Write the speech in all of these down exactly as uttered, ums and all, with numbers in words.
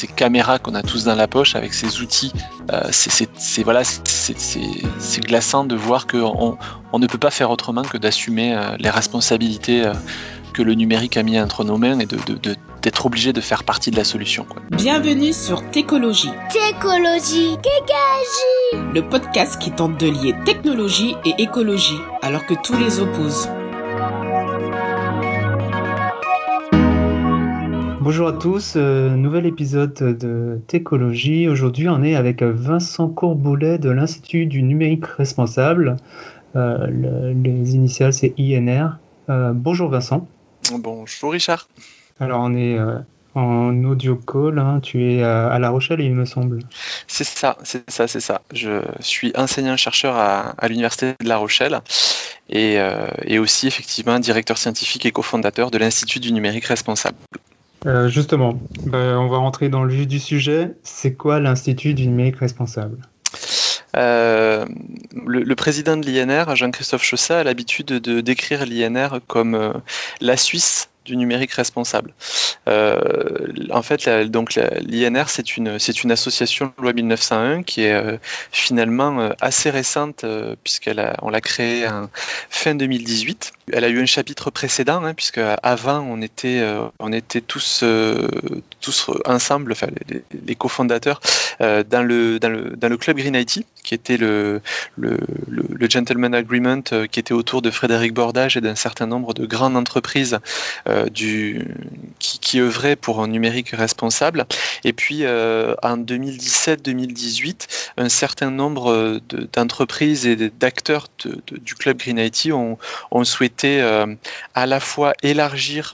ces caméras qu'on a tous dans la poche, avec ces outils. Euh, c'est, c'est, c'est, voilà, c'est, c'est, c'est glaçant de voir qu'on on ne peut pas faire autrement que d'assumer euh, les responsabilités euh, que le numérique a mis entre nos mains et de, de, de, d'être obligé de faire partie de la solution, quoi. Bienvenue sur Técologie. Técologie, Kékagie. Le podcast qui tente de lier technologie et écologie, alors que tous les opposent. Bonjour à tous, euh, nouvel épisode de Técologie. Aujourd'hui, on est avec Vincent Courboulet de l'Institut du numérique responsable. Euh, le, les initiales, c'est I N R. Euh, bonjour Vincent. Bonjour Richard. Alors, on est euh, en audio call. Hein. Tu es à, à La Rochelle, il me semble. C'est ça, c'est ça, c'est ça. Je suis enseignant-chercheur à, à l'Université de La Rochelle et, euh, et aussi, effectivement, directeur scientifique et cofondateur de l'Institut du numérique responsable. Euh, justement, bah, on va rentrer dans le vif du sujet. C'est quoi l'Institut du numérique responsable ? Euh, le, le président de l'I N R, Jean-Christophe Chaussat, a l'habitude de décrire l'I N R comme euh, la Suisse du numérique responsable. Euh, en fait, la, donc la, l'I N R, c'est une, c'est une association loi mille neuf cent un qui est euh, finalement euh, assez récente euh, puisqu'elle a, on l'a créée en fin deux mille dix-huit. Elle a eu un chapitre précédent, hein, puisque avant on était, euh, on était tous, euh, tous ensemble, enfin les, les cofondateurs, euh, dans le dans le dans le club Green I T, qui était le le, le, le gentleman agreement euh, qui était autour de Frédéric Bordage et d'un certain nombre de grandes entreprises euh, du qui, qui œuvraient pour un numérique responsable. Et puis euh, en deux mille dix-sept deux mille dix-huit, un certain nombre de, d'entreprises et d'acteurs de, de, du club Green I T ont, ont souhaité Euh, à la fois élargir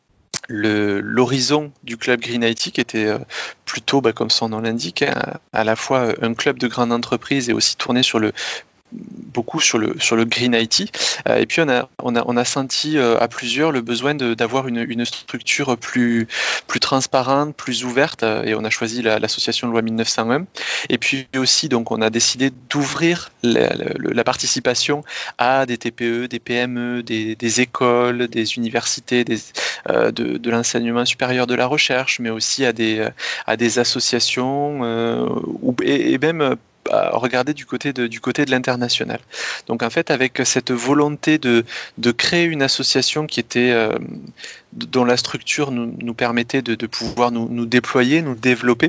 le, l'horizon du club Green I T, qui était euh, plutôt, bah, comme son nom l'indique, hein, à la fois un club de grande entreprise et aussi tourné sur le beaucoup sur le sur le Green I T. Euh, et puis on a on a on a senti euh, à plusieurs le besoin de, d'avoir une une structure plus plus transparente, plus ouverte, euh, et on a choisi la, l'association loi mille neuf cent un. Et puis aussi donc on a décidé d'ouvrir la, la, la participation à des T P E, des P M E, des, des écoles, des universités, des euh, de, de l'enseignement supérieur de la recherche, mais aussi à des à des associations euh, ou et, et même à regarder du côté de, du côté de l'international. Donc en fait, avec cette volonté de, de créer une association qui était, euh, dont la structure nous, nous permettait de, de pouvoir nous, nous déployer, nous développer,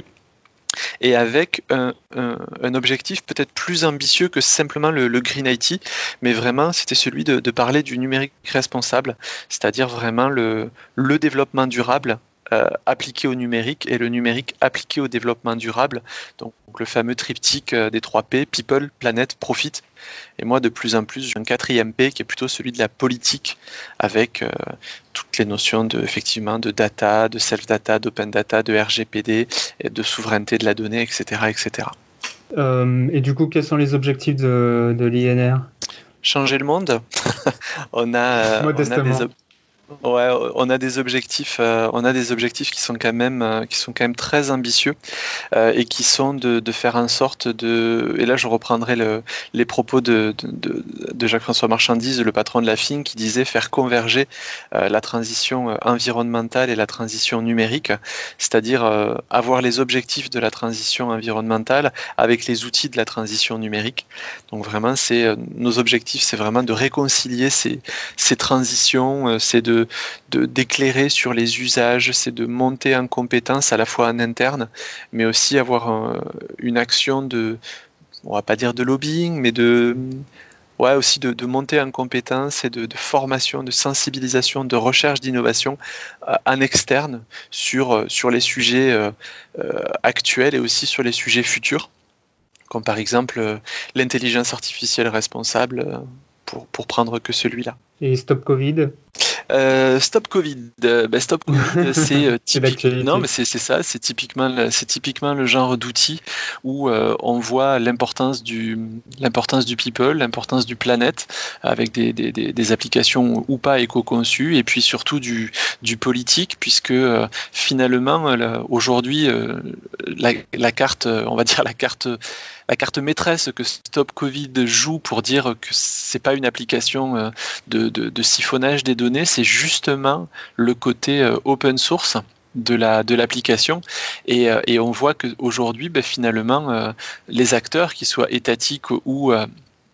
et avec un, un, un objectif peut-être plus ambitieux que simplement le, le Green I T, mais vraiment c'était celui de, de parler du numérique responsable, c'est-à-dire vraiment le, le développement durable Euh, appliqué au numérique et le numérique appliqué au développement durable, donc le fameux triptyque euh, des trois P, People, Planet, Profit. Et moi de plus en plus j'ai un quatrième P qui est plutôt celui de la politique, avec euh, toutes les notions de, effectivement, de data, de self-data, d'open data, de R G P D, et de souveraineté de la donnée, et cetera et cetera. Euh, et du coup, quels sont les objectifs de, de l'I N R ? Changer le monde. on a, Modestement. on a des ob- Ouais, on a des objectifs, euh, on a des objectifs qui sont quand même, euh, qui sont quand même très ambitieux euh, et qui sont de, de faire en sorte de, et là je reprendrai le, les propos de, de, de, de Jacques-François Marchandise, le patron de la F I N, qui disait faire converger euh, la transition environnementale et la transition numérique, c'est-à-dire euh, avoir les objectifs de la transition environnementale avec les outils de la transition numérique. Donc vraiment, c'est euh, nos objectifs, c'est vraiment de réconcilier ces, ces transitions, euh, c'est de De, d'éclairer sur les usages, c'est de monter en compétence à la fois en interne, mais aussi avoir un, une action de, on va pas dire de lobbying, mais de, ouais, aussi de, de monter en compétence et de, de formation, de sensibilisation, de recherche d'innovation euh, en externe sur, sur les sujets euh, euh, actuels et aussi sur les sujets futurs, comme par exemple euh, l'intelligence artificielle responsable, euh, pour, pour prendre que celui-là. Et Stop Covid ? Euh, Stop Covid, euh, ben Stop Covid, c'est euh, typique. C'est non, mais c'est c'est ça, c'est typiquement le- c'est typiquement le genre d'outil où euh, on voit l'importance du l'importance du people, l'importance du planète, avec des des, des, des applications ou pas éco-conçues, et puis surtout du du politique, puisque euh, finalement euh, là, aujourd'hui euh, la, la carte, euh, on va dire la carte la carte maîtresse que Stop Covid joue pour dire que c'est pas une application euh, de, de, de siphonnage des données, c'est justement le côté euh, open source de la de l'application et, euh, et on voit qu'aujourd'hui ben, finalement euh, les acteurs qui soient étatiques ou euh,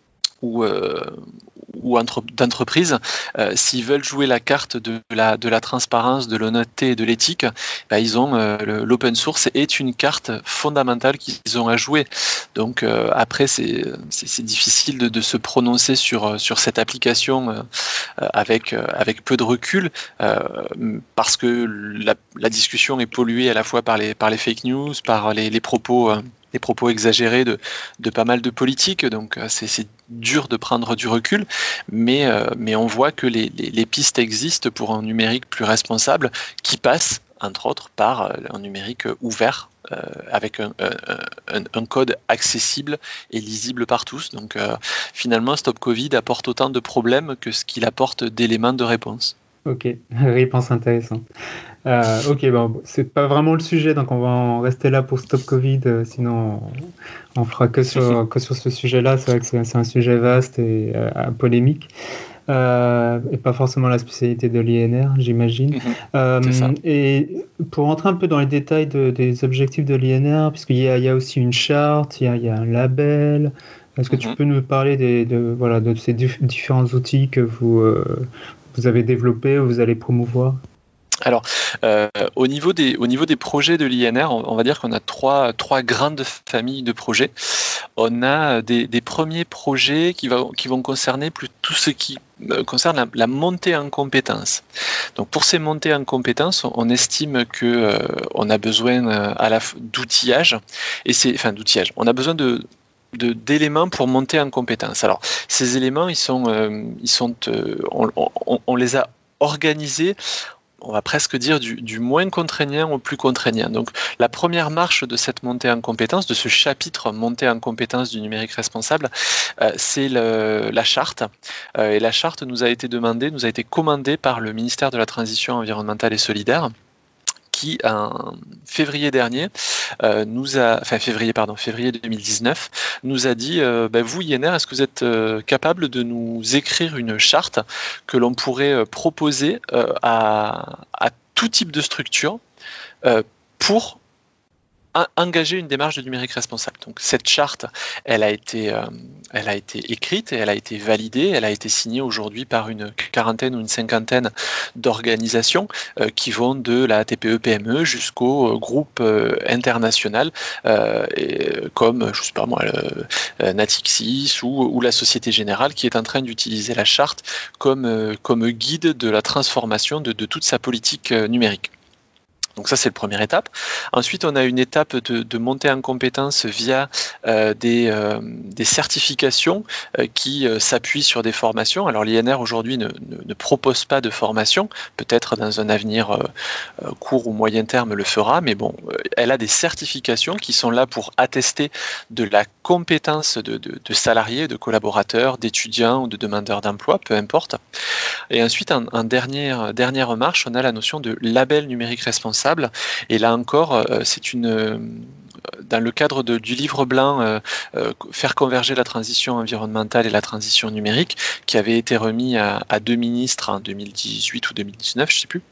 ou, euh, ou entre, d'entreprise, euh, s'ils veulent jouer la carte de la, de la transparence, de l'honnêteté et de l'éthique, bah, ils ont euh, le, l'open source est une carte fondamentale qu'ils ont à jouer. Donc euh, après, c'est, c'est, c'est difficile de, de se prononcer sur, sur cette application euh, avec, euh, avec peu de recul, euh, parce que la, la discussion est polluée à la fois par les, par les fake news, par les, les propos... Euh, des propos exagérés de, de pas mal de politiques, donc c'est, c'est dur de prendre du recul, mais, euh, mais on voit que les, les, les pistes existent pour un numérique plus responsable qui passe, entre autres, par un numérique ouvert, euh, avec un, un, un code accessible et lisible par tous. Donc euh, finalement, Stop Covid apporte autant de problèmes que ce qu'il apporte d'éléments de réponse. Ok, réponse intéressante. Euh, ok, bon, c'est pas vraiment le sujet, donc on va en rester là pour Stop Covid, euh, sinon on, on fera que sur, que sur ce sujet-là. C'est vrai que c'est, c'est un sujet vaste et euh, polémique, euh, et pas forcément la spécialité de l'I N R, j'imagine. Mmh, euh, c'est ça. Et pour rentrer un peu dans les détails de, des objectifs de l'I N R, puisqu'il y a, il y a aussi une charte, il y a, il y a un label. Est-ce que mmh. tu peux nous parler des, de, voilà, de ces dif- différents outils que vous, euh, vous avez développés ou vous allez promouvoir? Alors, euh, au niveau des au niveau des projets de l'I N R, on, on va dire qu'on a trois trois grandes familles de projets. On a des, des premiers projets qui va qui vont concerner plus tout ce qui euh, concerne la, la montée en compétences. Donc, pour ces montées en compétences, on, on estime que euh, on a besoin euh, à la d'outillage et c'est enfin d'outillage. On a besoin de De, d'éléments pour monter en compétences. Alors, ces éléments, ils sont, euh, ils sont, euh, on, on, on les a organisés, on va presque dire du, du moins contraignant au plus contraignant. Donc, la première marche de cette montée en compétences, de ce chapitre montée en compétences du numérique responsable, euh, c'est le, la charte. Euh, et la charte nous a été demandée, nous a été commandée par le ministère de la Transition environnementale et solidaire, qui en février dernier euh, nous a, enfin février pardon, février deux mille dix-neuf, nous a dit euh, ben vous I N R, est-ce que vous êtes euh, capable de nous écrire une charte que l'on pourrait euh, proposer euh, à, à tout type de structure euh, pour engager une démarche de numérique responsable. Donc cette charte, elle a été, euh, elle a été écrite et elle a été validée. Elle a été signée aujourd'hui par une quarantaine ou une cinquantaine d'organisations euh, qui vont de la T P E P M E jusqu'au euh, groupe euh, international, euh, et, comme je sais pas moi, euh, Natixis ou, ou la Société Générale, qui est en train d'utiliser la charte comme euh, comme guide de la transformation de, de toute sa politique euh, numérique. Donc ça, c'est la première étape. Ensuite, on a une étape de, de montée en compétences via euh, des, euh, des certifications euh, qui euh, s'appuient sur des formations. Alors l'I N R aujourd'hui ne, ne, ne propose pas de formation, peut-être dans un avenir euh, court ou moyen terme le fera, mais bon, euh, elle a des certifications qui sont là pour attester de la compétence de, de, de salariés, de collaborateurs, d'étudiants ou de demandeurs d'emploi, peu importe. Et ensuite, en, en dernière, dernière marche, on a la notion de label numérique responsable. Et là encore, c'est une, dans le cadre de, du livre blanc euh, euh, Faire converger la transition environnementale et la transition numérique, qui avait été remis à, à deux ministres en deux mille dix-huit ou deux mille dix-neuf, je ne sais plus.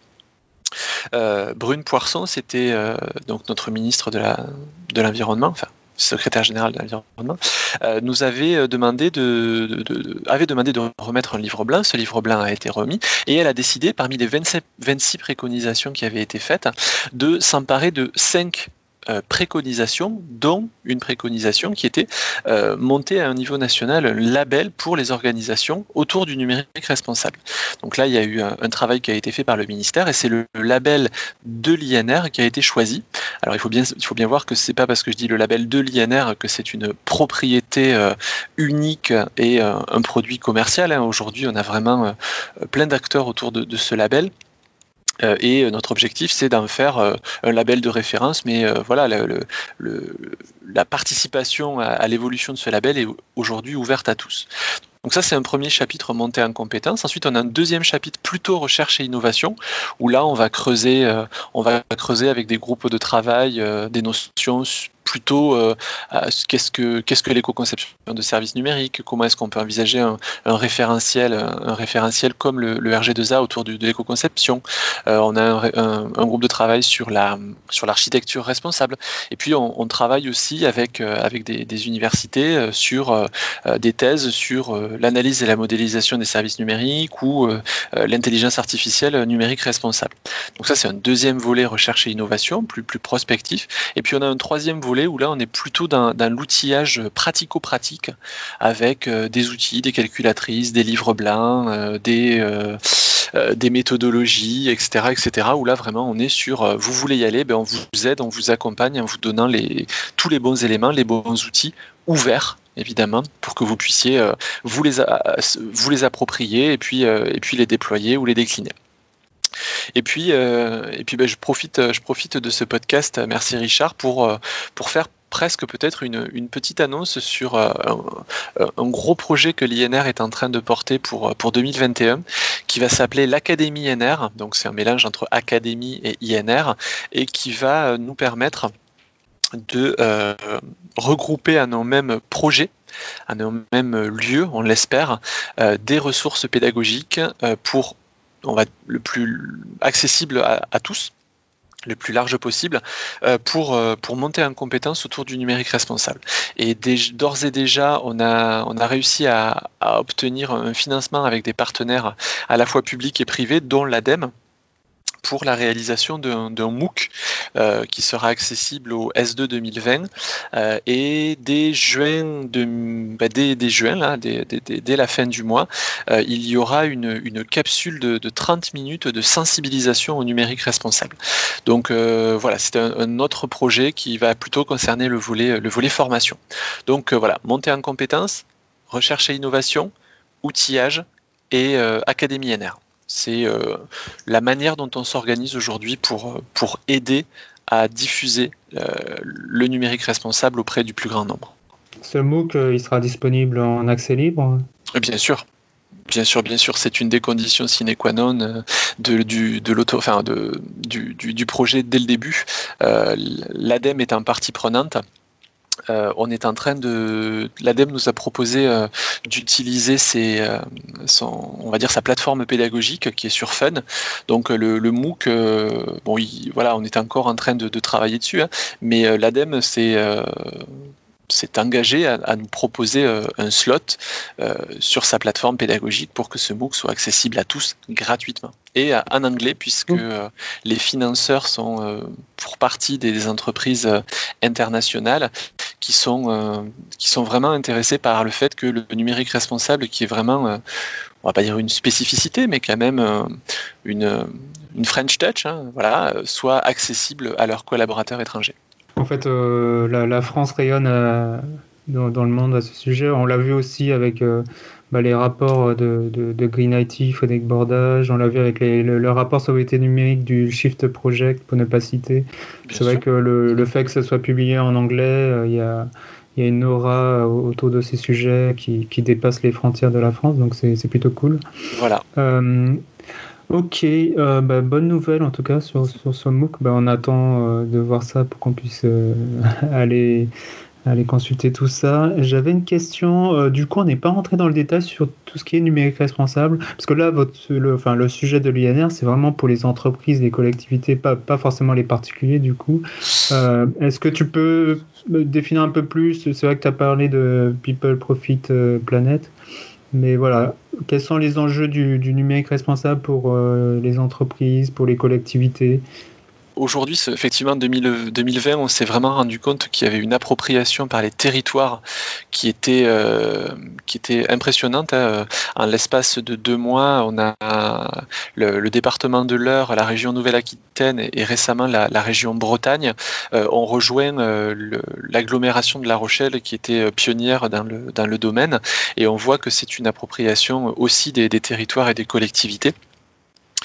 Euh, Brune Poirson, c'était euh, donc notre ministre de, la, de l'environnement, enfin secrétaire général de l'environnement, euh, nous avait demandé de, de, de, avait demandé de remettre un livre blanc. Ce livre blanc a été remis et elle a décidé, parmi les vingt-sept, vingt-six préconisations qui avaient été faites, de s'emparer de cinq euh, préconisations, dont une préconisation qui était euh, montée à un niveau national, un label pour les organisations autour du numérique responsable. Donc là, il y a eu un, un travail qui a été fait par le ministère et c'est le, le label de l'I N R qui a été choisi. Alors il faut bien, il faut bien voir que c'est pas parce que je dis le label de l'I N R que c'est une propriété euh, unique et euh, un produit commercial. Hein. Aujourd'hui, on a vraiment euh, plein d'acteurs autour de, de ce label. Euh, et notre objectif, c'est d'en faire euh, un label de référence, mais euh, voilà, le, le, le, la participation à, à l'évolution de ce label est aujourd'hui ouverte à tous. Donc ça, c'est un premier chapitre montée en compétences. Ensuite, on a un deuxième chapitre plutôt recherche et innovation, où là, on va creuser, euh, on va creuser avec des groupes de travail euh, des notions plutôt euh, qu'est-ce que qu'est-ce que l'éco-conception de services numériques, comment est-ce qu'on peut envisager un, un référentiel un référentiel comme le, le R G deux A autour du, de l'éco-conception. Euh, on a un, un, un groupe de travail sur la sur l'architecture responsable, et puis on, on travaille aussi avec euh, avec des, des universités euh, sur euh, des thèses sur euh, l'analyse et la modélisation des services numériques ou euh, l'intelligence artificielle numérique responsable. Donc ça, c'est un deuxième volet recherche et innovation, plus plus prospectif. Et puis on a un troisième volet où là on est plutôt dans, dans l'outillage pratico-pratique avec euh, des outils, des calculatrices, des livres blancs, euh, des, euh, euh, des méthodologies, et cetera, et cetera. Où là vraiment on est sur euh, vous voulez y aller, ben on vous aide, on vous accompagne en vous donnant les, tous les bons éléments, les bons outils ouverts évidemment pour que vous puissiez euh, vous, les a, vous les approprier et puis, euh, et puis les déployer ou les décliner. Et puis, euh, et puis ben, je, profite, je profite de ce podcast, merci Richard, pour, pour faire presque peut-être une, une petite annonce sur euh, un, un gros projet que l'I N R est en train de porter pour, pour deux mille vingt et un, qui va s'appeler l'Académie I N R, donc c'est un mélange entre académie et I N R, et qui va nous permettre de euh, regrouper à nos mêmes projets, à nos mêmes lieux, on l'espère, euh, des ressources pédagogiques euh, pour on va le plus accessible à, à tous, le plus large possible, euh, pour, euh, pour monter en compétence autour du numérique responsable. Et dès, d'ores et déjà, on a, on a réussi à, à obtenir un financement avec des partenaires à la fois publics et privés, dont l'ADEME, pour la réalisation d'un, d'un MOOC euh, qui sera accessible au S deux deux mille vingt euh, et dès juin, de, bah dès, dès, juin là, dès, dès, dès la fin du mois, euh, il y aura une, une capsule de, de trente minutes de sensibilisation au numérique responsable. Donc euh, voilà, c'est un, un autre projet qui va plutôt concerner le volet, le volet formation. Donc euh, voilà, montée en compétences, recherche et innovation, outillage et euh, Académie I N R. C'est euh, la manière dont on s'organise aujourd'hui pour, pour aider à diffuser euh, le numérique responsable auprès du plus grand nombre. Ce MOOC, euh, il sera disponible en accès libre ? Bien sûr. Bien sûr, bien sûr, c'est une des conditions sine qua non de, du, de l'auto, enfin de, du, du, du projet dès le début. Euh, L'ADEME est en partie prenante. Euh, on est en train de, l'ADEME nous a proposé euh, d'utiliser ses, euh, son, on va dire sa plateforme pédagogique qui est sur Fun. Donc le, le MOOC, euh, bon, il, voilà, on est encore en train de, de travailler dessus, hein, mais euh, l'ADEME c'est euh, s'est engagé à, à nous proposer euh, un slot euh, sur sa plateforme pédagogique pour que ce MOOC soit accessible à tous gratuitement et euh, en anglais puisque euh, les financeurs sont euh, pour partie des, des entreprises euh, internationales qui sont, euh, qui sont vraiment intéressées par le fait que le numérique responsable, qui est vraiment, euh, on va pas dire une spécificité, mais quand même euh, une, une French touch, hein, voilà, soit accessible à leurs collaborateurs étrangers. En fait, euh, la, la France rayonne euh, dans, dans le monde à ce sujet. On l'a vu aussi avec euh, bah, les rapports de, de, de Green I T, Fodec Bordage. On l'a vu avec les, le, le rapport sobriété numérique du Shift Project, pour ne pas citer. Bien C'est sûr. Vrai que le, le fait que ça soit publié en anglais, il euh, y a... Il y a une aura autour de ces sujets qui, qui dépasse les frontières de la France, donc c'est, c'est plutôt cool. Voilà. Euh, ok, euh, bah, bonne nouvelle en tout cas sur, sur ce MOOC. Bah, on attend euh, de voir ça pour qu'on puisse euh, aller, aller consulter tout ça. J'avais une question, euh, du coup on n'est pas rentré dans le détail sur tout ce qui est numérique responsable, parce que là votre, le, enfin, le sujet de l'I N R c'est vraiment pour les entreprises, les collectivités, pas, pas forcément les particuliers du coup. Euh, est-ce que tu peux définir un peu plus, c'est vrai que tu as parlé de People Profit Planet, mais voilà, quels sont les enjeux du, du numérique responsable pour euh, les entreprises, pour les collectivités ? Aujourd'hui, effectivement, en deux mille vingt, on s'est vraiment rendu compte qu'il y avait une appropriation par les territoires qui était, euh, qui était impressionnante. Hein. En l'espace de deux mois, on a le, le département de l'Eure, la région Nouvelle-Aquitaine et, et récemment la, la région Bretagne euh, ont rejoint euh, le, l'agglomération de La Rochelle qui était pionnière dans le, dans le domaine. Et on voit que c'est une appropriation aussi des, des territoires et des collectivités.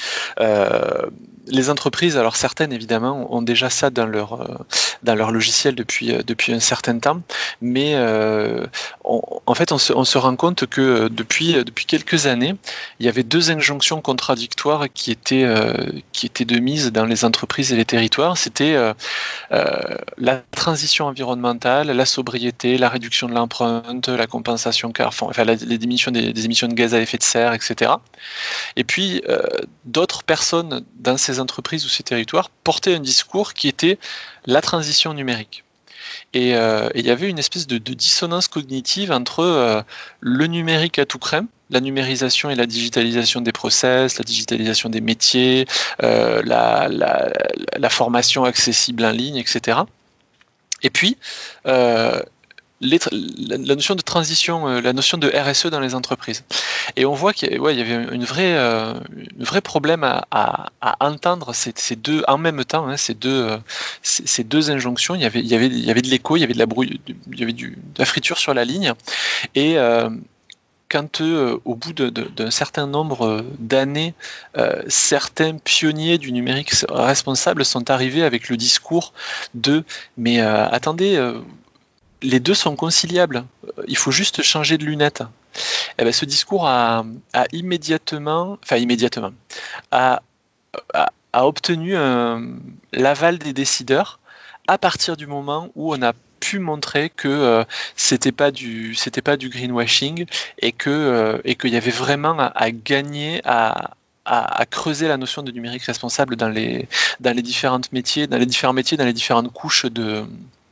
Euh, les entreprises, alors certaines évidemment, ont déjà ça dans leur, euh, dans leur logiciel depuis, euh, depuis un certain temps, mais euh, on, en fait on se, on se rend compte que euh, depuis, euh, depuis quelques années, il y avait deux injonctions contradictoires qui étaient, euh, qui étaient de mise dans les entreprises et les territoires. C'était euh, euh, la transition environnementale, la sobriété, la réduction de l'empreinte, la compensation carbone, enfin la, les diminutions des, des émissions de gaz à effet de serre, et cetera. Et puis euh, d'autres personnes dans ces entreprises ou ces territoires portaient un discours qui était la transition numérique. Et euh, il y avait une espèce de, de dissonance cognitive entre euh, le numérique à tout craint, la numérisation et la digitalisation des process, la digitalisation des métiers, euh, la, la, la formation accessible en ligne, et cetera. Et puis, euh, Les, la, la notion de transition, euh, la notion de R S E dans les entreprises. Et on voit qu'il y, ouais, il y avait une vraie, euh, un vrai problème à, à, à entendre ces, ces deux, en même temps, hein, ces, deux, euh, ces, ces deux injonctions. Il y avait, il y avait, il y avait de l'écho, il y avait de la brouille, il y avait du, de la friture sur la ligne. Et euh, quand euh, au bout de, de, d'un certain nombre d'années, euh, certains pionniers du numérique responsable sont arrivés avec le discours de « mais euh, attendez, euh, les deux sont conciliables, il faut juste changer de lunettes ». Et bien, ce discours a, a immédiatement, enfin immédiatement, a, a, a obtenu un, l'aval des décideurs à partir du moment où on a pu montrer que euh, c'était pas du c'était pas du greenwashing et que euh, et qu'il y avait vraiment à, à gagner à À, à creuser la notion de numérique responsable dans les dans les différents métiers, dans les différents métiers, dans les différentes couches de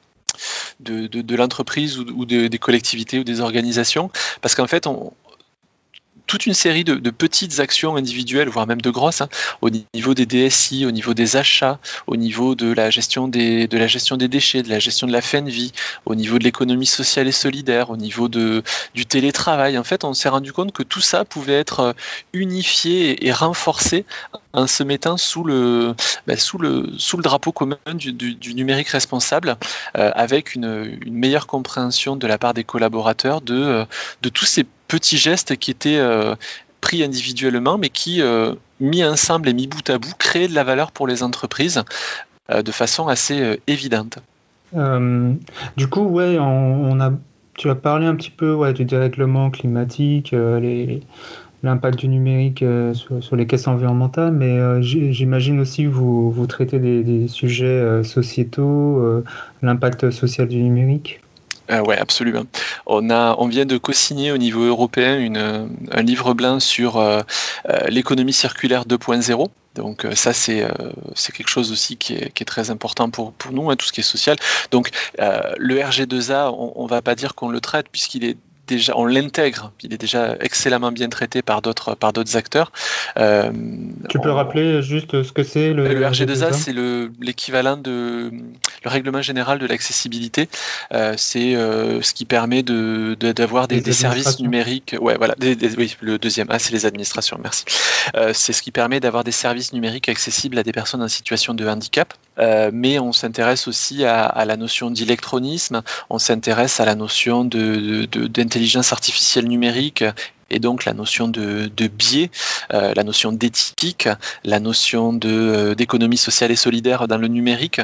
de, de, de l'entreprise ou, ou de, des collectivités ou des organisations, parce qu'en fait on toute une série de, de petites actions individuelles, voire même de grosses, hein, au niveau des D S I, au niveau des achats, au niveau de la gestion des, de la gestion des déchets, de la gestion de la fin de vie, au niveau de l'économie sociale et solidaire, au niveau de, du télétravail. En fait, on s'est rendu compte que tout ça pouvait être unifié et, et renforcé en se mettant sous le, ben, sous le, sous le drapeau commun du, du, du numérique responsable, euh, avec une, une meilleure compréhension de la part des collaborateurs de, de tous ces petits gestes qui étaient euh, pris individuellement, mais qui, euh, mis ensemble et mis bout à bout, créaient de la valeur pour les entreprises euh, de façon assez euh, évidente. Euh, du coup, ouais, on, on a, tu as parlé un petit peu ouais, du dérèglement climatique, euh, les, l'impact du numérique euh, sur, sur les caisses environnementales, mais euh, j'imagine aussi que vous, vous traitez des, des sujets euh, sociétaux, euh, l'impact social du numérique. Euh, ouais, absolument. On a, on vient de co-signer au niveau européen une, un livre blanc sur euh, euh, l'économie circulaire deux point zéro. Donc euh, ça, c'est, euh, c'est quelque chose aussi qui est, qui est très important pour, pour nous, hein, tout ce qui est social. Donc euh, le R G deux A, on ne va pas dire qu'on le traite puisqu'il est déjà, on l'intègre, il est déjà excellemment bien traité par d'autres, par d'autres acteurs. Euh, tu peux on, rappeler juste ce que c'est le, le R G deux A, c'est le, l'équivalent de le règlement général de l'accessibilité. Euh, c'est euh, ce qui permet de, de, d'avoir des, des services numériques. Ouais, voilà. Des, des, oui, le deuxième A, c'est les administrations. Merci. Euh, c'est ce qui permet d'avoir des services numériques accessibles à des personnes en situation de handicap. Euh, mais on s'intéresse aussi à, à la notion d'électronisme. On s'intéresse à la notion de, de, de d'intelligence artificielle numérique et donc la notion de, de biais, euh, la notion d'éthique, la notion de, euh, d'économie sociale et solidaire dans le numérique.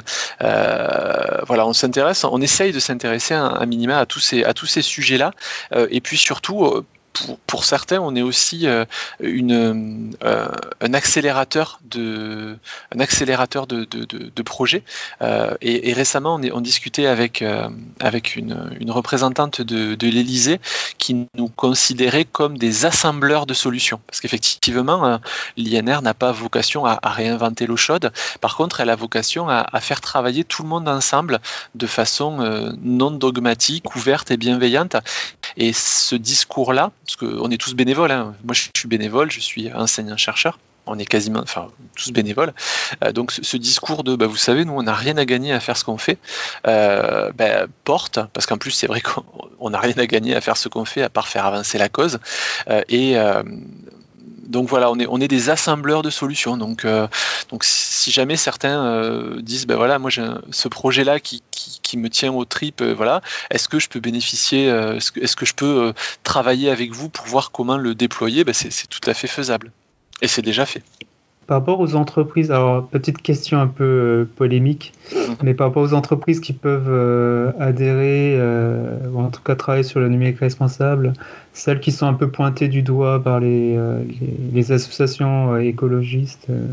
Euh, voilà, on s'intéresse, on essaye de s'intéresser un, un minima à tous ces, à tous ces sujets-là. Euh, et puis surtout, euh, Pour, pour certains, on est aussi euh, une, euh, un accélérateur de, un accélérateur de, de, de, de projets. Euh, et, et récemment, on, est, on discutait avec, euh, avec une, une représentante de, de l'Élysée qui nous considérait comme des assembleurs de solutions. Parce qu'effectivement, euh, l'I N R n'a pas vocation à, à réinventer l'eau chaude. Par contre, elle a vocation à, à faire travailler tout le monde ensemble de façon euh, non dogmatique, ouverte et bienveillante. Et ce discours-là, parce qu'on est tous bénévoles, hein. Moi je suis bénévole, je suis enseignant-chercheur, on est quasiment, enfin tous bénévoles, euh, donc ce, ce discours de, bah, vous savez, nous on n'a rien à gagner à faire ce qu'on fait, euh, bah, porte, parce qu'en plus c'est vrai qu'on n'a rien à gagner à faire ce qu'on fait à part faire avancer la cause, euh, et euh, donc voilà, on est, on est des assembleurs de solutions. Donc, euh, donc si jamais certains euh, disent, ben voilà, moi j'ai un, ce projet-là qui, qui, qui me tient aux tripes, euh, voilà, est-ce que je peux bénéficier, euh, est-ce que, est-ce que je peux euh, travailler avec vous pour voir comment le déployer, ben c'est, c'est tout à fait faisable. Et c'est déjà fait. Par rapport aux entreprises, alors petite question un peu euh, polémique, mais par rapport aux entreprises qui peuvent euh, adhérer, euh, ou en tout cas travailler sur le numérique responsable, celles qui sont un peu pointées du doigt par les, euh, les, les associations euh, écologistes, euh,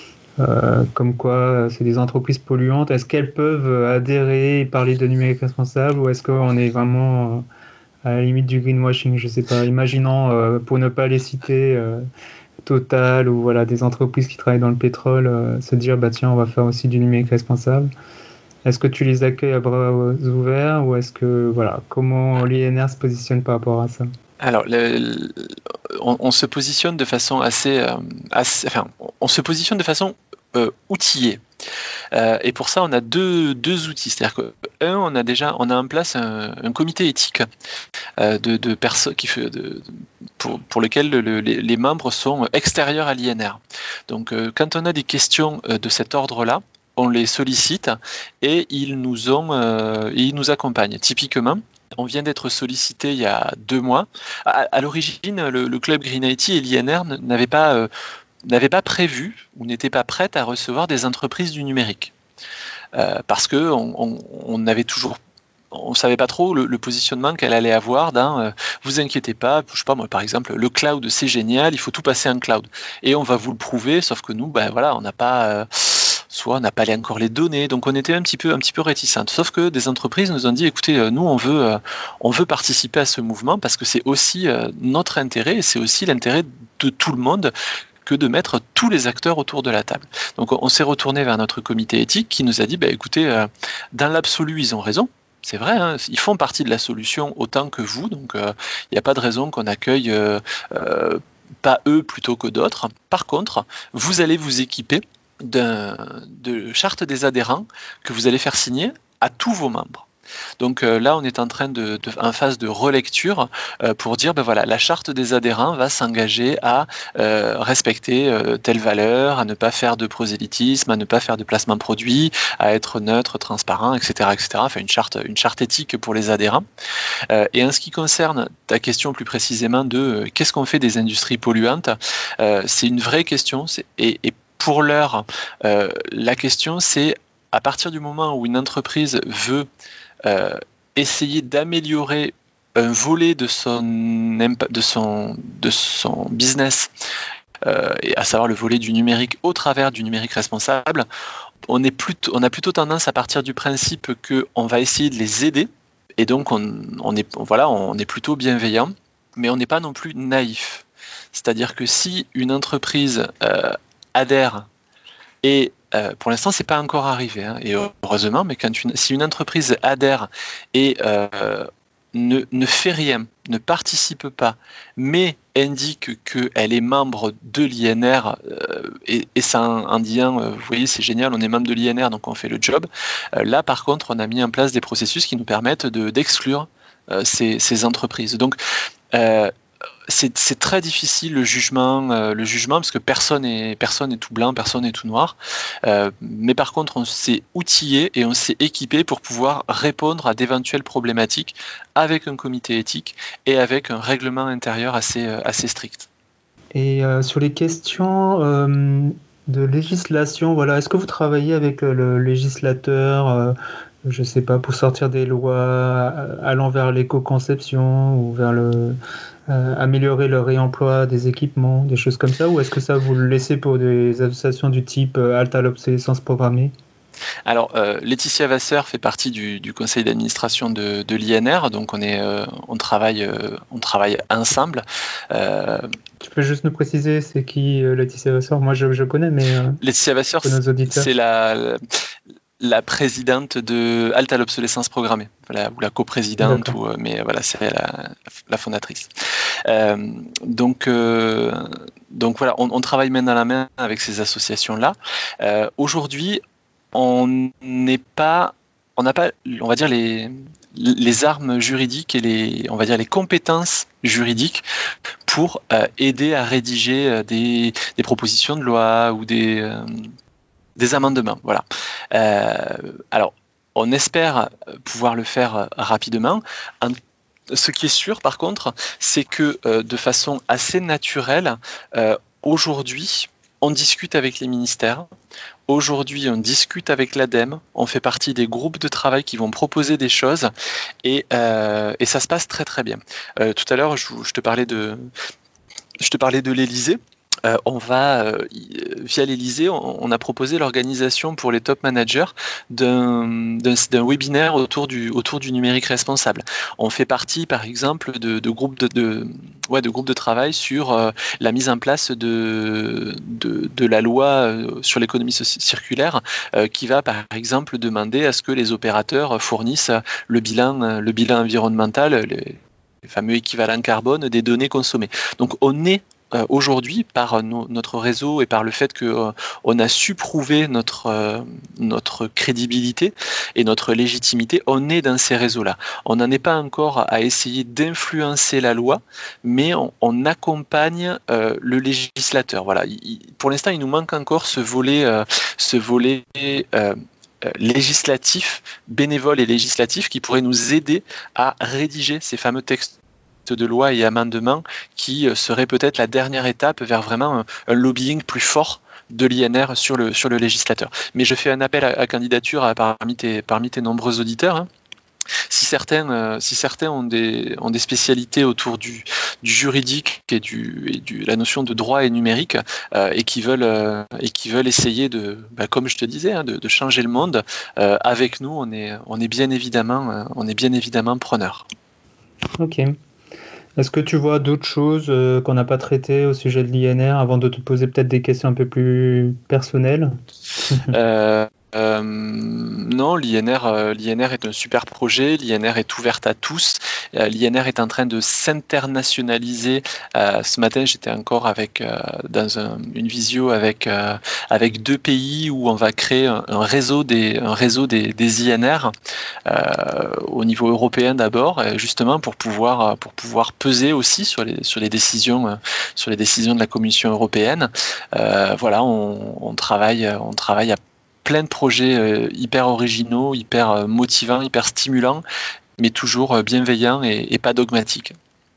euh, comme quoi euh, c'est des entreprises polluantes, est-ce qu'elles peuvent adhérer et parler de numérique responsable, ou est-ce qu'on est vraiment euh, à la limite du greenwashing, je sais pas, imaginons, euh, pour ne pas les citer... Euh, Total ou voilà, des entreprises qui travaillent dans le pétrole euh, se dire bah tiens on va faire aussi du numérique responsable. Est-ce que tu les accueilles à bras ouverts ou est-ce que voilà comment l'I N R se positionne par rapport à ça? Alors, le, le, on, on se positionne de façon assez, euh, assez enfin, on se positionne de façon euh, outillée. Euh, et pour ça, on a deux, deux outils. C'est-à-dire que, un, on a déjà, on a en place un, un comité éthique euh, de, de personnes qui fait, de, de, pour, pour lequel le, les, les membres sont extérieurs à l'I N R. Donc, euh, quand on a des questions euh, de cet ordre-là, on les sollicite et ils nous ont, euh, ils nous accompagnent. Typiquement, on vient d'être sollicité il y a deux mois. À, à l'origine, le, le club Green I T et l'I N R n'avaient pas euh, n'avaient pas prévu ou n'étaient pas prêtes à recevoir des entreprises du numérique. Euh, parce que on, on, on avait toujours, on savait pas trop le, le positionnement qu'elle allait avoir dans euh, vous inquiétez pas, je sais pas moi par exemple, le cloud c'est génial, il faut tout passer en cloud. Et on va vous le prouver, sauf que nous, ben voilà, on n'a pas euh, soit on n'a pas encore les données, donc on était un petit peu, un petit peu réticentes. Sauf que des entreprises nous ont dit, écoutez, nous on veut, euh, on veut participer à ce mouvement parce que c'est aussi euh, notre intérêt et c'est aussi l'intérêt de tout le monde que de mettre tous les acteurs autour de la table. Donc on s'est retourné vers notre comité éthique qui nous a dit, bah, écoutez, euh, dans l'absolu ils ont raison. C'est vrai, hein, ils font partie de la solution autant que vous, donc il euh, n'y a pas de raison qu'on accueille euh, euh, pas eux plutôt que d'autres. Par contre, vous allez vous équiper d'un, de charte des adhérents que vous allez faire signer à tous vos membres. Donc euh, là, on est en train de, de en phase de relecture euh, pour dire, ben voilà, la charte des adhérents va s'engager à euh, respecter euh, telle valeur, à ne pas faire de prosélytisme, à ne pas faire de placement produit, à être neutre, transparent, et cetera, et cetera. Enfin, une charte, une charte éthique pour les adhérents. Euh, et en ce qui concerne ta question plus précisément de euh, qu'est-ce qu'on fait des industries polluantes, euh, c'est une vraie question. C'est, et, et pour l'heure, euh, la question, c'est à partir du moment où une entreprise veut Euh, essayer d'améliorer un volet de son, de son, de son business, euh, et à savoir le volet du numérique au travers du numérique responsable, on, est plutôt, on a plutôt tendance à partir du principe qu'on va essayer de les aider, et donc on, on, est, voilà, on est plutôt bienveillant, mais on n'est pas non plus naïf. C'est-à-dire que si une entreprise euh, adhère et Euh, pour l'instant, c'est pas encore arrivé, hein, et heureusement, mais quand une, si une entreprise adhère et euh, ne, ne fait rien, ne participe pas, mais indique qu'elle est membre de l'I N R, euh, et, et ça en, en disant, euh, vous voyez, c'est génial, on est membre de l'I N R, donc on fait le job. Euh, là, par contre, on a mis en place des processus qui nous permettent de, d'exclure euh, ces, ces entreprises. Donc, euh, C'est, c'est très difficile le jugement, euh, le jugement parce que personne est, personne est tout blanc, personne est tout noir. Euh, mais par contre, on s'est outillé et on s'est équipé pour pouvoir répondre à d'éventuelles problématiques avec un comité éthique et avec un règlement intérieur assez, euh, assez strict. Et euh, sur les questions euh, de législation, voilà, est-ce que vous travaillez avec le, le législateur euh, je sais pas, pour sortir des lois allant vers l'éco-conception ou vers le euh, améliorer le réemploi des équipements, des choses comme ça, ou est-ce que ça vous le laissez pour des associations du type euh, halte à l'obsolescence programmée? Alors, euh, Laetitia Vasseur fait partie du, du conseil d'administration de, de l'I N R, donc on, est, euh, on, travaille, euh, on travaille ensemble. Euh, tu peux juste nous préciser, c'est qui euh, Laetitia Vasseur? Moi, je, je connais, mais euh, Laetitia Vasseur, c'est la... la la présidente de Halte à l'obsolescence programmée, voilà, ou la coprésidente, ou, mais voilà, c'est la, la fondatrice. Euh, donc, euh, donc voilà, on, on travaille main dans la main avec ces associations-là. Euh, aujourd'hui, on n'est pas, on n'a pas, on va dire les les armes juridiques et les, on va dire les compétences juridiques pour euh, aider à rédiger des, des propositions de loi ou des euh, des amendements, voilà. Euh, alors, on espère pouvoir le faire rapidement. Un, ce qui est sûr, par contre, c'est que euh, de façon assez naturelle, euh, aujourd'hui, on discute avec les ministères. Aujourd'hui, on discute avec l'ADEME, on fait partie des groupes de travail qui vont proposer des choses et, euh, et ça se passe très très bien. Euh, tout à l'heure, je, je te parlais de, je te parlais de l'Élysée. Euh, on va, euh, via l'Élysée, on, on a proposé l'organisation pour les top managers d'un, d'un, d'un webinaire autour du, autour du numérique responsable. On fait partie, par exemple, de, de, groupes, de, de, ouais, de groupes de travail sur euh, la mise en place de, de, de la loi euh, sur l'économie circulaire euh, qui va, par exemple, demander à ce que les opérateurs fournissent le bilan, le bilan environnemental, les, les fameux équivalents carbone des données consommées. Donc, on est Euh, aujourd'hui, par no- notre réseau et par le fait qu'on euh, a su prouver notre, euh, notre crédibilité et notre légitimité, on est dans ces réseaux-là. On n'en est pas encore à essayer d'influencer la loi, mais on, on accompagne euh, le législateur. Voilà. Il, pour l'instant, il nous manque encore ce volet, euh, ce volet euh, législatif, bénévole et législatif, qui pourrait nous aider à rédiger ces fameux textes de loi et amendements qui serait peut-être la dernière étape vers vraiment un, un lobbying plus fort de l'I N R sur le, sur le législateur. Mais je fais un appel à, à candidature à, parmi, tes, parmi tes nombreux auditeurs. Hein. Si certains, euh, si certains ont, des, ont des spécialités autour du, du juridique et, du, et du, la notion de droit et numérique euh, et, qui veulent, euh, et qui veulent essayer de, bah, comme je te disais, hein, de, de changer le monde, euh, avec nous, on est, on est bien évidemment, euh, on est bien évidemment preneurs. Ok. Est-ce que tu vois d'autres choses euh, qu'on n'a pas traitées au sujet de l'I N R avant de te poser peut-être des questions un peu plus personnelles ? euh, euh, Non, l'I N R, euh, l'I N R est un super projet. L'I N R est ouverte à tous. Euh, L'I N R est en train de s'internationaliser. Euh, ce matin, j'étais encore avec euh, dans un, une visio avec euh, avec deux pays où on va créer un, un réseau des un réseau des, des I N R euh, au niveau européen d'abord, justement pour pouvoir pour pouvoir peser aussi sur les sur les décisions euh, sur les décisions de la Commission européenne. Euh, voilà, on, on travaille on travaille à plein de projets euh, hyper originaux, hyper euh, motivants, hyper stimulants, mais toujours euh, bienveillants et, et pas dogmatiques.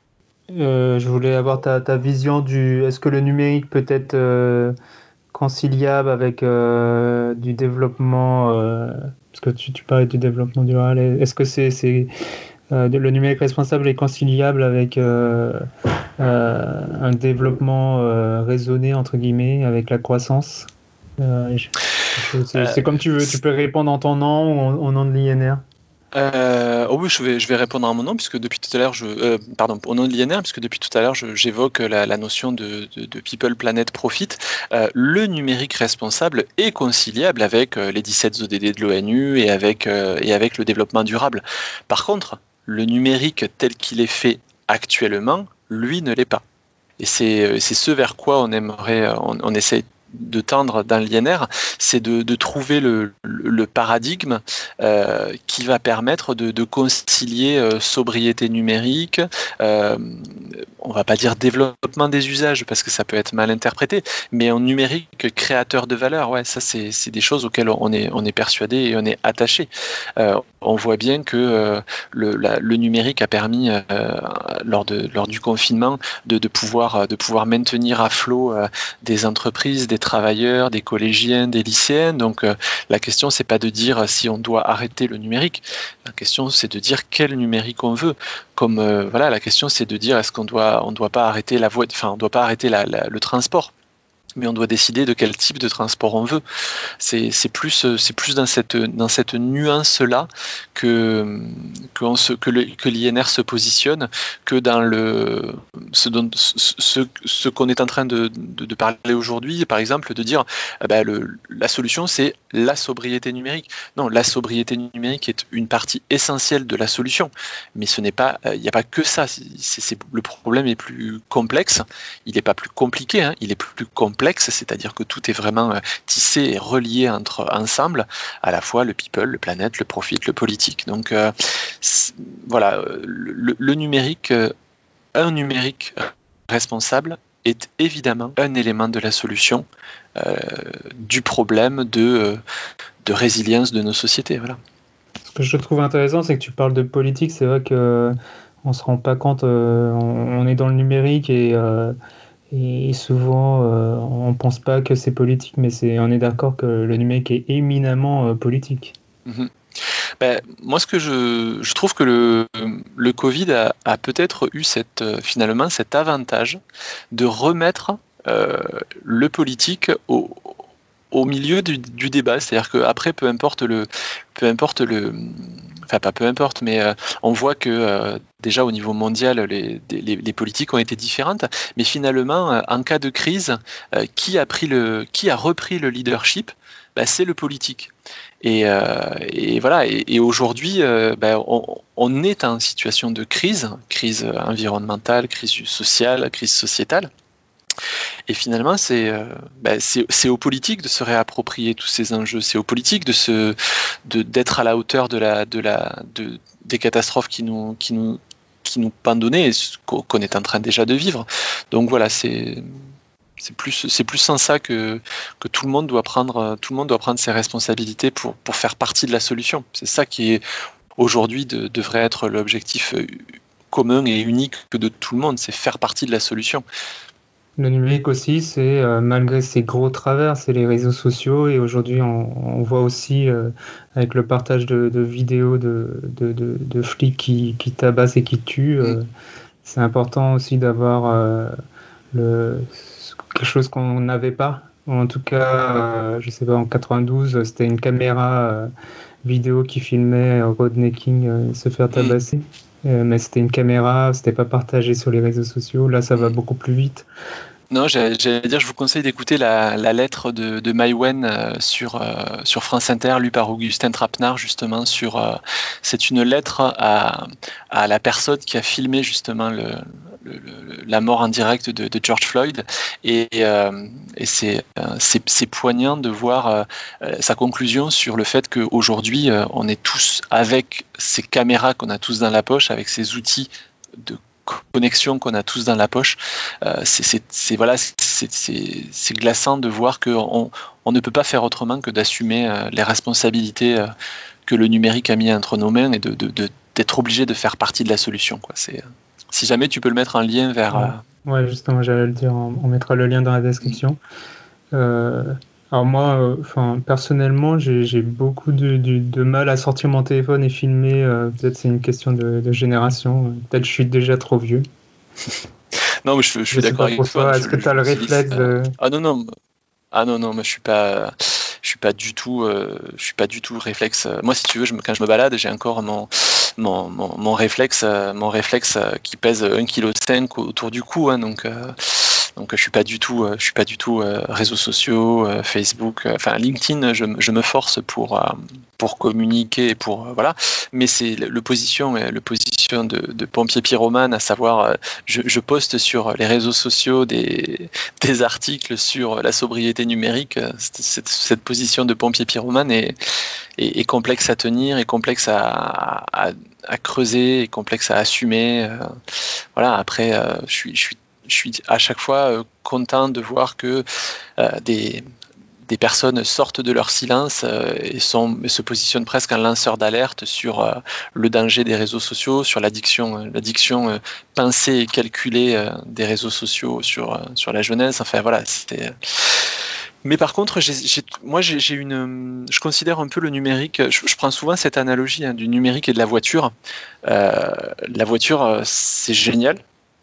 Euh, je voulais avoir ta, ta vision du... Est-ce que le numérique peut être euh, conciliable avec euh, du développement euh, parce que tu, tu parlais du développement durable. Est-ce que c'est, c'est euh, le numérique responsable est conciliable avec euh, euh, un développement euh, raisonné entre guillemets avec la croissance? Euh, je, je, c'est, c'est comme tu veux, tu peux répondre en ton nom ou au nom de l'I N R. Euh, oh oui, je vais, je vais répondre en mon nom, puisque depuis tout à l'heure, je, euh, pardon, au nom de l'I N R, puisque depuis tout à l'heure, je, j'évoque la, la notion de, de, de People, Planet, Profit. Euh, le numérique responsable est conciliable avec euh, les dix-sept O D D de l'ONU et avec, euh, et avec le développement durable. Par contre, le numérique tel qu'il est fait actuellement, lui, ne l'est pas. Et c'est, c'est ce vers quoi on aimerait, on, on essaie de tendre dans l'I N R, c'est de, de trouver le, le, le paradigme euh, qui va permettre de, de concilier euh, sobriété numérique, euh, on va pas dire développement des usages parce que ça peut être mal interprété, mais en numérique créateur de valeur, ouais, ça c'est, c'est des choses auxquelles on est, on est persuadé et on est attaché. Euh, on voit bien que euh, le, la, le numérique a permis euh, lors, de, lors du confinement de, de, pouvoir, de pouvoir maintenir à flot euh, des entreprises, des travailleurs, des collégiens, des lycéens. Donc euh, la question c'est pas de dire si on doit arrêter le numérique. La question c'est de dire quel numérique on veut. Comme euh, voilà, la question c'est de dire est-ce qu'on doit on doit pas arrêter la voie, enfin on doit pas arrêter la, la, le transport. Mais on doit décider de quel type de transport on veut. C'est, c'est plus, c'est plus dans cette, dans cette nuance-là que, que, on se, que, le, que l'I N R se positionne, que dans le, ce, dont, ce, ce qu'on est en train de, de, de parler aujourd'hui, par exemple, de dire eh ben, le, la solution c'est la sobriété numérique. Non, la sobriété numérique est une partie essentielle de la solution, mais ce n'est pas, il n'y a pas que ça. C'est, c'est, le problème est plus complexe, il n'est pas plus compliqué, hein, il est plus complexe. C'est-à-dire que tout est vraiment tissé et relié entre ensemble, à la fois le people, le planète, le profit, le politique. Donc euh, voilà, le, le numérique, un numérique responsable est évidemment un élément de la solution euh, du problème de, de résilience de nos sociétés. Voilà. Ce que je trouve intéressant, c'est que tu parles de politique. C'est vrai que on se rend pas compte, euh, on, on est dans le numérique et euh, Et souvent, euh, on ne pense pas que c'est politique, mais c'est, on est d'accord que le numérique est éminemment euh, politique. Mm-hmm. Ben, moi, ce que je, je trouve que le, le Covid a, a peut-être eu cette, finalement cet avantage de remettre euh, le politique au, au milieu du, du débat. C'est-à-dire qu'après, peu importe le... Peu importe le Enfin, pas peu importe, mais euh, on voit que euh, déjà au niveau mondial, les, les, les politiques ont été différentes. Mais finalement, euh, en cas de crise, euh, qui a pris le, qui a repris le leadership? Ben, c'est le politique. Et, euh, et voilà. Et, et aujourd'hui, euh, ben, on, on est en situation de crise, crise environnementale, crise sociale, crise sociétale. Et finalement, c'est, euh, ben, c'est, c'est aux politiques de se réapproprier tous ces enjeux. C'est aux politiques de se, de, d'être à la hauteur de la, de la, de, des catastrophes qui nous, qui nous, qui nous pendonnaient et qu'on est en train déjà de vivre. Donc voilà, c'est, c'est plus, c'est plus en ça que, que tout le monde doit prendre, tout le monde doit prendre ses responsabilités pour, pour faire partie de la solution. C'est ça qui est aujourd'hui de, devrait être l'objectif commun et unique de tout le monde, c'est faire partie de la solution. Le numérique aussi, c'est euh, malgré ses gros travers, c'est les réseaux sociaux et aujourd'hui on, on voit aussi euh, avec le partage de, de vidéos de, de, de, de flics qui, qui tabassent et qui tuent, euh, mmh. c'est important aussi d'avoir euh, le, quelque chose qu'on n'avait pas. En tout cas, euh, je sais pas, en quatre-vingt-douze, c'était une caméra euh, vidéo qui filmait Rodney King euh, se faire tabasser. Mmh. Euh, mais c'était une caméra, c'était pas partagé sur les réseaux sociaux. Là, ça va beaucoup plus vite. Non, j'allais, j'allais dire, je vous conseille d'écouter la, la lettre de, de Maïwenn euh, sur, euh, sur France Inter, lue par Augustin Trapenard, justement. Sur, euh, c'est une lettre à, à la personne qui a filmé justement le, le, le, la mort en direct de, de George Floyd. Et, euh, et c'est, euh, c'est, c'est poignant de voir euh, sa conclusion sur le fait qu'aujourd'hui, euh, on est tous avec ces caméras qu'on a tous dans la poche, avec ces outils de connexion qu'on a tous dans la poche, euh, c'est, c'est, c'est, voilà, c'est, c'est, c'est glaçant de voir qu'on on ne peut pas faire autrement que d'assumer euh, les responsabilités euh, que le numérique a mis entre nos mains et de, de, de, d'être obligé de faire partie de la solution, quoi. C'est, euh, si jamais tu peux le mettre en lien vers... Ouais, euh... ouais justement, j'allais le dire, on, on mettra le lien dans la description. Euh... Alors moi, enfin euh, personnellement, j'ai, j'ai beaucoup de, de, de mal à sortir mon téléphone et filmer. Euh, peut-être c'est une question de, de génération. Peut-être je suis déjà trop vieux. Non, mais je, je suis je d'accord avec toi. Est-ce je, que tu as le réflexe de... Ah non, non. Ah non, non, moi je suis pas... Je suis pas du tout, euh, je suis pas du tout réflexe. Moi, si tu veux, je me, quand je me balade, j'ai encore mon mon, mon, mon réflexe, euh, mon réflexe euh, qui pèse un virgule cinq kilos autour du cou, hein, donc. Euh, Donc je suis pas du tout, euh, je suis pas du tout euh, réseaux sociaux, euh, Facebook, euh, enfin LinkedIn. Je, je me force pour euh, pour communiquer et pour euh, voilà. Mais c'est le, le position, le position de, de pompier pyromane, à savoir, euh, je, je poste sur les réseaux sociaux des des articles sur la sobriété numérique. Cette, cette, cette position de pompier pyromane est, est, est complexe à tenir, est complexe à, à, à creuser, est complexe à assumer. Euh, voilà. Après, euh, je suis je suis Je suis à chaque fois euh, content de voir que euh, des, des personnes sortent de leur silence euh, et, sont, et se positionnent presque en lanceur d'alerte sur euh, le danger des réseaux sociaux, sur l'addiction, l'addiction euh, pensée et calculée euh, des réseaux sociaux sur, euh, sur la jeunesse. Enfin voilà, c'était... Mais par contre, j'ai, j'ai, moi, j'ai, j'ai une, je considère un peu le numérique. Je, je prends souvent cette analogie hein, du numérique et de la voiture. Euh, la voiture, c'est génial.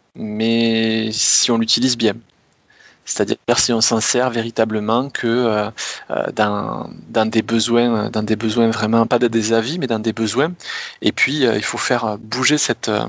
Mais si on l'utilise bien, c'est-à-dire si on s'en sert véritablement que euh, dans, dans des besoins, dans des besoins vraiment, pas des avis, mais dans des besoins. Et puis euh, il faut faire bouger cette, euh,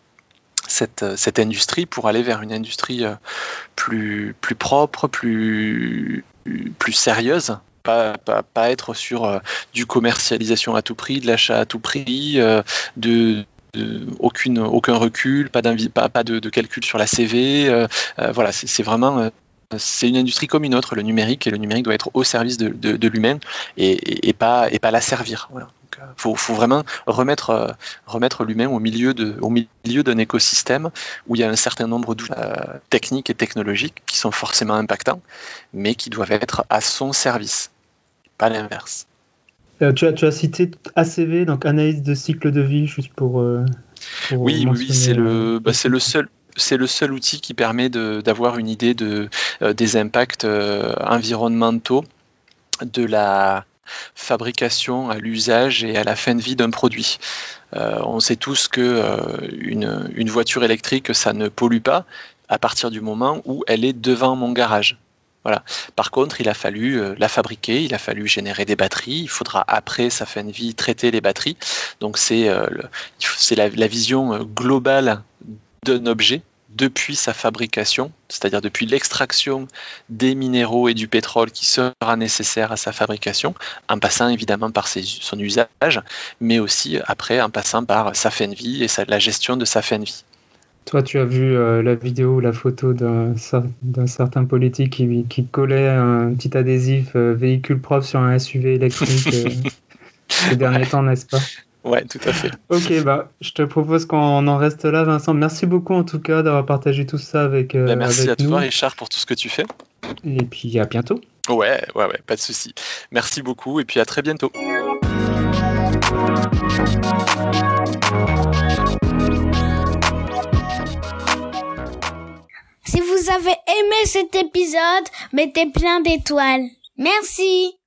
cette, cette industrie pour aller vers une industrie euh, plus, plus propre, plus, plus sérieuse. Pas, pas, pas être sur euh, du commercialisation à tout prix, de l'achat à tout prix, euh, de De, aucune, aucun recul, pas, pas, pas de, de calcul sur la C V. Euh, euh, voilà, c'est, c'est vraiment euh, c'est une industrie comme une autre, le numérique, et le numérique doit être au service de, de, de l'humain et, et, et, pas, et pas la servir. Voilà. Donc, euh, faut, faut vraiment remettre, euh, remettre l'humain au milieu, de, au milieu d'un écosystème où il y a un certain nombre d'outils euh, techniques et technologiques qui sont forcément impactants, mais qui doivent être à son service, pas l'inverse. Euh, tu, as, tu as cité A C V, donc analyse de cycle de vie, juste pour. Euh, pour oui, oui, c'est le, bah, c'est le seul. c'est le seul outil qui permet de, d'avoir une idée de, euh, des impacts euh, environnementaux de la fabrication à l'usage et à la fin de vie d'un produit. Euh, on sait tous que euh, une, une voiture électrique, ça ne pollue pas à partir du moment où elle est devant mon garage. Voilà. Par contre, il a fallu euh, la fabriquer, il a fallu générer des batteries, il faudra après sa fin de vie traiter les batteries. Donc c'est, euh, le, c'est la, la vision globale d'un objet depuis sa fabrication, c'est-à-dire depuis l'extraction des minéraux et du pétrole qui sera nécessaire à sa fabrication, en passant évidemment par ses, son usage, mais aussi après en passant par sa fin de vie et sa, la gestion de sa fin de vie. Toi, tu as vu euh, la vidéo ou la photo d'un, d'un certain politique qui, qui collait un petit adhésif euh, véhicule propre sur un S U V électrique euh, ces derniers temps, n'est-ce pas ? Ouais, tout à fait. Ok, bah, je te propose qu'on en reste là, Vincent. Merci beaucoup en tout cas d'avoir partagé tout ça avec, euh, bah, merci avec à nous. toi, Richard, pour tout ce que tu fais. Et puis à bientôt. Ouais, ouais, ouais, pas de souci. Merci beaucoup et puis à très bientôt. Si vous avez aimé cet épisode, mettez plein d'étoiles. Merci.